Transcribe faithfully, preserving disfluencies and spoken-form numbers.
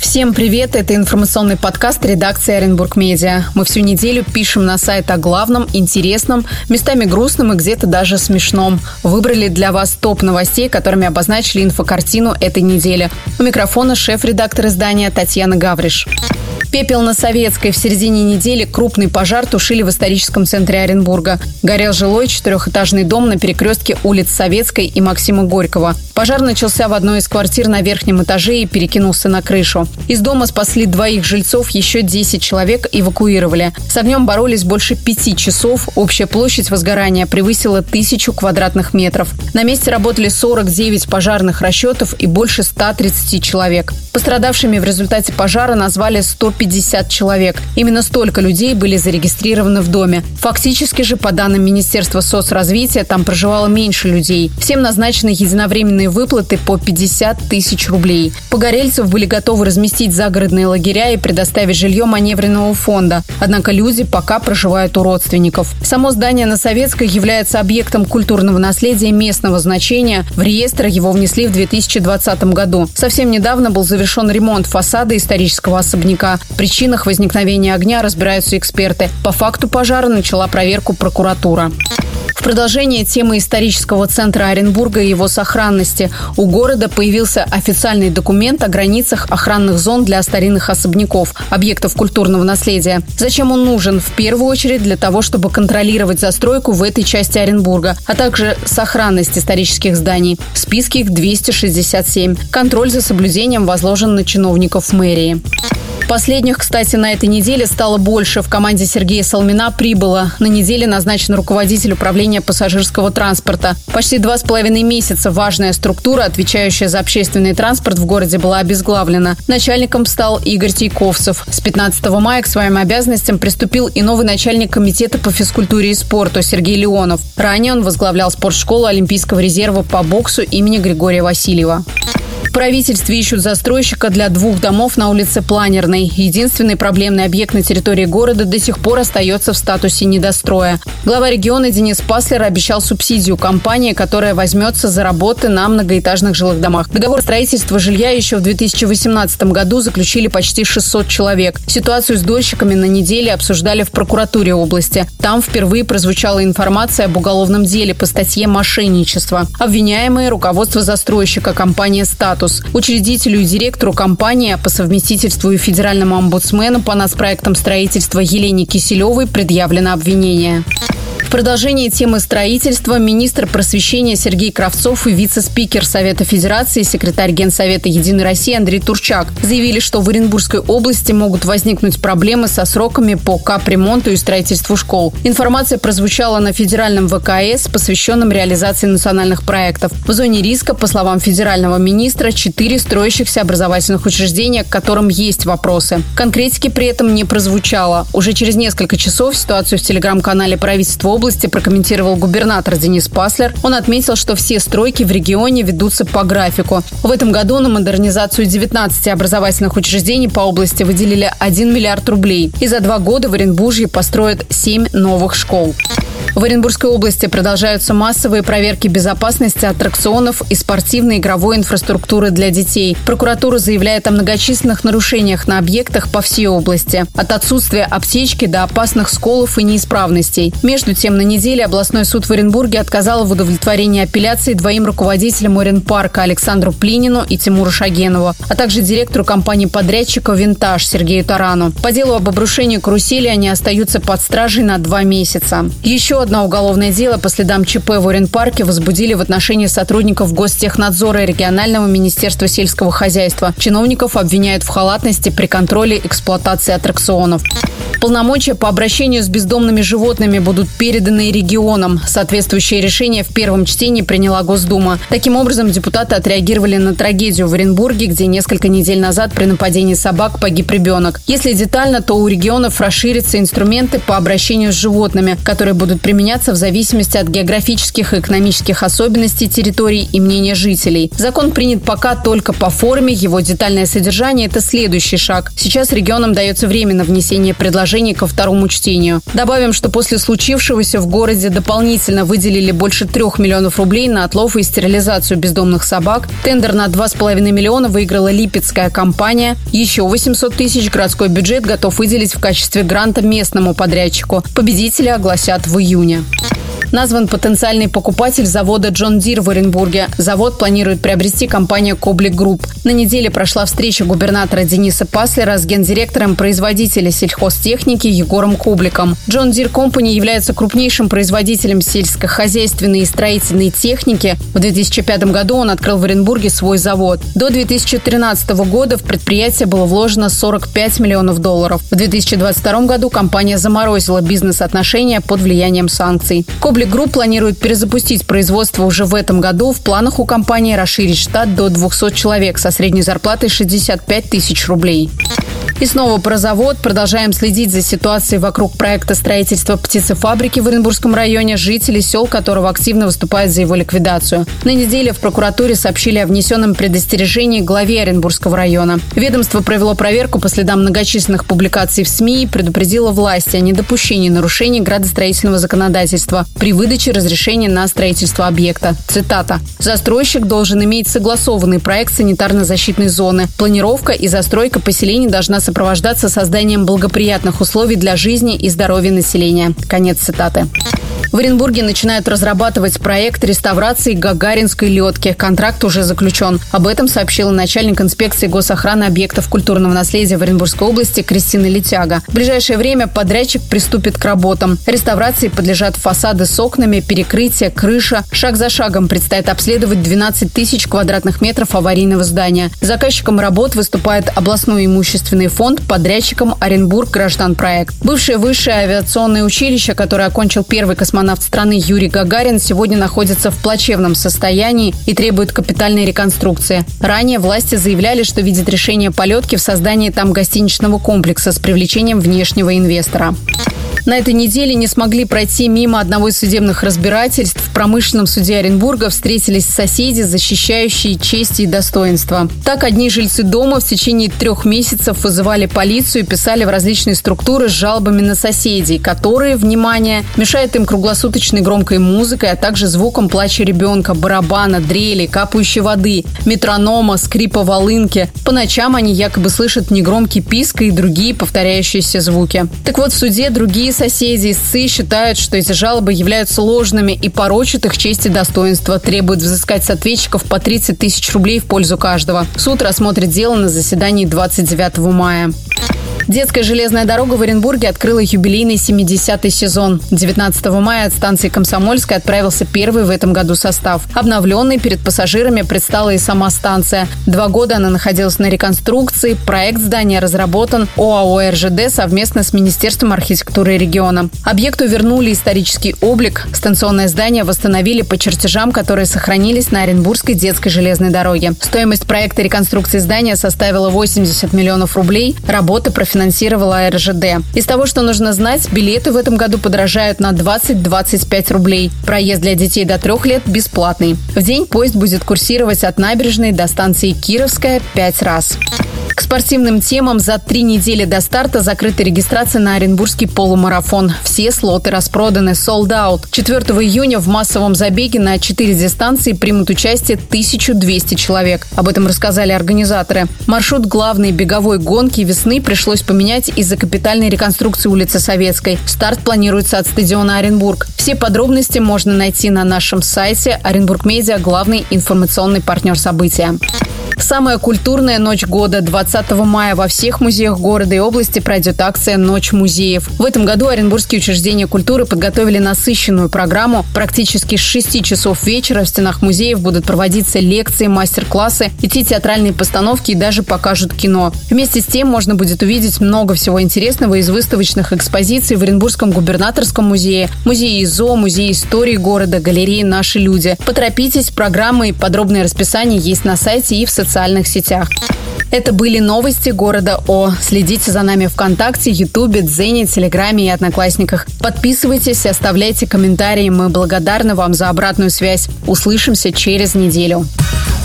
Всем привет! Это информационный подкаст редакции Оренбург Медиа. Мы всю неделю пишем на сайт о главном, интересном, местами грустном и где-то даже смешном. Выбрали для вас топ новостей, которыми обозначили инфокартину этой недели. У микрофона шеф-редактор издания Татьяна Гавриш. Пепел на Советской. В середине недели крупный пожар тушили в историческом центре Оренбурга. Горел жилой четырехэтажный дом на перекрестке улиц Советской и Максима Горького. Пожар начался в одной из квартир на верхнем этаже и перекинулся на крышу. Из дома спасли двоих жильцов, еще десять человек эвакуировали. С огнем боролись больше пяти часов. Общая площадь возгорания превысила тысячу квадратных метров. На месте работали сорок девять пожарных расчетов и больше ста тридцати человек. Пострадавшими в результате пожара назвали сто пятьдесят человек. Именно столько людей были зарегистрированы в доме. Фактически же, по данным Министерства соцразвития, там проживало меньше людей. Всем назначены единовременные выплаты по пятьдесят тысяч рублей. Погорельцев были готовы разместить загородные лагеря и предоставить жилье маневренного фонда. Однако люди пока проживают у родственников. Само здание на Советской является объектом культурного наследия местного значения. В реестр его внесли в две тысячи двадцатом году. Совсем недавно был завершен ремонт фасада исторического особняка. В причинах возникновения огня разбираются эксперты. По факту пожара начала проверку прокуратура. В продолжение темы исторического центра Оренбурга и его сохранности. У города появился официальный документ о границах охранных зон для старинных особняков, объектов культурного наследия. Зачем он нужен? В первую очередь для того, чтобы контролировать застройку в этой части Оренбурга, а также сохранность исторических зданий. В списке их двести шестьдесят семь. Контроль за соблюдением возложен на чиновников мэрии. Последних, кстати, на этой неделе стало больше. В команде Сергея Салмина прибыло. На неделе назначен руководитель управления пассажирского транспорта. Почти два с половиной месяца важная структура, отвечающая за общественный транспорт в городе, была обезглавлена. Начальником стал Игорь Тейковцев. С пятнадцатого мая к своим обязанностям приступил и новый начальник комитета по физкультуре и спорту Сергей Леонов. Ранее он возглавлял спортшколу Олимпийского резерва по боксу имени Григория Васильева. В правительстве ищут застройщика для двух домов на улице Планерной. Единственный проблемный объект на территории города до сих пор остается в статусе недостроя. Глава региона Денис Паслер обещал субсидию компании, которая возьмется за работы на многоэтажных жилых домах. Договор строительства жилья еще в две тысячи восемнадцатом году заключили почти шестьсот человек. Ситуацию с дольщиками на неделе обсуждали в прокуратуре области. Там впервые прозвучала информация об уголовном деле по статье «Мошенничество». Обвиняемые – руководство застройщика компания «Статус». Учредителю и директору компании, а по совместительству и федеральному омбудсмену по нацпроектам строительства Елене Киселевой предъявлено обвинение. В продолжении темы строительства министр просвещения Сергей Кравцов и вице-спикер Совета Федерации, секретарь Генсовета Единой России Андрей Турчак заявили, что в Оренбургской области могут возникнуть проблемы со сроками по капремонту и строительству школ. Информация прозвучала на федеральном вэ ка эс, посвященном реализации национальных проектов. В зоне риска, по словам федерального министра, четыре строящихся образовательных учреждения, к которым есть вопросы. Конкретики при этом не прозвучало. Уже через несколько часов ситуацию в телеграм-канале правительства области прокомментировал губернатор Денис Паслер. Он отметил, что все стройки в регионе ведутся по графику. В этом году на модернизацию девятнадцати образовательных учреждений по области выделили один миллиард рублей. И за два года в Оренбуржье построят семь новых школ. В Оренбургской области продолжаются массовые проверки безопасности аттракционов и спортивной игровой инфраструктуры для детей. Прокуратура заявляет о многочисленных нарушениях на объектах по всей области. От отсутствия аптечки до опасных сколов и неисправностей. Между тем, на неделе областной суд в Оренбурге отказал в удовлетворении апелляции двоим руководителям Оренпарка Александру Плинину и Тимуру Шагенову, а также директору компании-подрядчика «Винтаж» Сергею Тарану. По делу об обрушении карусели они остаются под стражей на два месяца. Еще одно уголовное дело по следам ЧП в Оренпарке возбудили в отношении сотрудников Гостехнадзора и регионального министерства сельского хозяйства. Чиновников обвиняют в халатности при контроле эксплуатации аттракционов. Полномочия по обращению с бездомными животными будут переданы регионам. Соответствующее решение в первом чтении приняла Госдума. Таким образом, депутаты отреагировали на трагедию в Оренбурге, где несколько недель назад при нападении собак погиб ребенок. Если детально, то у регионов расширятся инструменты по обращению с животными, которые будут применяться в зависимости от географических и экономических особенностей территорий и мнения жителей. Закон принят пока только по форме, его детальное содержание – это следующий шаг. Сейчас регионам дается время на внесение предложений ко второму чтению. Добавим, что после случившегося находящемуся в городе дополнительно выделили больше трех миллионов рублей на отлов и стерилизацию бездомных собак. Тендер на два с половиной миллиона выиграла липецкая компания. Еще восемьсот тысяч городской бюджет готов выделить в качестве гранта местному подрядчику. Победителя огласят в июне. Назван потенциальный покупатель завода «Джон Дир» в Оренбурге. Завод планирует приобрести компания «Коблик Групп». На неделе прошла встреча губернатора Дениса Паслера с гендиректором производителя сельхозтехники Егором Кобликом. «Джон Дир Компани» является крупнейшим производителем сельскохозяйственной и строительной техники. В две тысячи пятом году он открыл в Оренбурге свой завод. До две тысячи тринадцатого года в предприятие было вложено сорок пять миллионов долларов. В две тысячи двадцать втором году компания заморозила бизнес-отношения под влиянием санкций. «Коблик Групп» планирует перезапустить производство уже в этом году. В планах у компании расширить штат до двухсот человек со средней зарплатой шестьдесят пять тысяч рублей. И снова про завод. Продолжаем следить за ситуацией вокруг проекта строительства птицефабрики в Оренбургском районе, жители сел которого активно выступают за его ликвидацию. На неделе в прокуратуре сообщили о внесенном предостережении главе Оренбургского района. Ведомство провело проверку по следам многочисленных публикаций в СМИ и предупредило власти о недопущении нарушений градостроительного законодательства при выдаче разрешения на строительство объекта. Цитата. «Застройщик должен иметь согласованный проект санитарно-защитной зоны. Планировка и застройка поселений должна сопровождаться созданием благоприятных условий для жизни и здоровья населения». Конец цитаты. В Оренбурге начинают разрабатывать проект реставрации Гагаринской лётки. Контракт уже заключен. Об этом сообщила начальник инспекции госохраны объектов культурного наследия в Оренбургской области Кристина Летяга. В ближайшее время подрядчик приступит к работам. Реставрации подлежат фасады с окнами, перекрытие, крыша. Шаг за шагом предстоит обследовать двенадцать тысяч квадратных метров аварийного здания. Заказчиком работ выступает областной имущественный фонд, подрядчиком Оренбург Гражданпроект. Бывшее высшее авиационное училище, которое окончил первый космонавт Космонавт страны Юрий Гагарин, сегодня находится в плачевном состоянии и требует капитальной реконструкции. Ранее власти заявляли, что видят решение по лётке в создании там гостиничного комплекса с привлечением внешнего инвестора. На этой неделе не смогли пройти мимо одного из судебных разбирательств. В промышленном суде Оренбурга встретились соседи, защищающие честь и достоинство. Так, одни жильцы дома в течение трех месяцев вызывали полицию и писали в различные структуры с жалобами на соседей, которые, внимание, мешают им круглосуточной громкой музыкой, а также звуком плача ребенка, барабана, дрели, капающей воды, метронома, скрипа волынки. По ночам они якобы слышат негромкий писк и другие повторяющиеся звуки. Так вот, в суде другие соседи истцы считают, что эти жалобы являются ложными и порочат их честь и достоинство, требуют взыскать с ответчиков по тридцать тысяч рублей в пользу каждого. Суд рассмотрит дело на заседании двадцать девятого мая. Детская железная дорога в Оренбурге открыла юбилейный семидесятый сезон. девятнадцатого мая от станции Комсомольская отправился первый в этом году состав. Обновленный перед пассажирами предстала и сама станция. Два года она находилась на реконструкции. Проект здания разработан ОАО «РЖД» совместно с Министерством архитектуры региона. Объекту вернули исторический облик. Станционное здание восстановили по чертежам, которые сохранились на Оренбургской детской железной дороге. Стоимость проекта реконструкции здания составила восемьдесят миллионов рублей. Работы профинансировали финансировала РЖД. Из того, что нужно знать, билеты в этом году подорожают на двадцать - двадцать пять рублей. Проезд для детей до трех лет бесплатный. В день поезд будет курсировать от набережной до станции Кировская пять раз. К спортивным темам за три недели до старта закрыта регистрация на Оренбургский полумарафон. Все слоты распроданы, sold out. четвёртого июня в массовом забеге на четыре дистанции примут участие тысяча двести человек. Об этом рассказали организаторы. Маршрут главной беговой гонки весны пришлось поменять из-за капитальной реконструкции улицы Советской. Старт планируется от стадиона Оренбург. Все подробности можно найти на нашем сайте. Оренбург Медиа – главный информационный партнер события. Самая культурная ночь года. двадцатого мая во всех музеях города и области пройдет акция «Ночь музеев». В этом году оренбургские учреждения культуры подготовили насыщенную программу. Практически с шести часов вечера в стенах музеев будут проводиться лекции, мастер-классы, идти театральные постановки и даже покажут кино. Вместе с тем можно будет увидеть много всего интересного из выставочных экспозиций в Оренбургском губернаторском музее, музее ИЗО, музее истории города, галереи «Наши люди». Поторопитесь, программы и подробное расписание есть на сайте и в социальных сетях. Это были новости города О. Следите за нами ВКонтакте, Ютубе, Дзене, Телеграме и Одноклассниках. Подписывайтесь, оставляйте комментарии. Мы благодарны вам за обратную связь. Услышимся через неделю.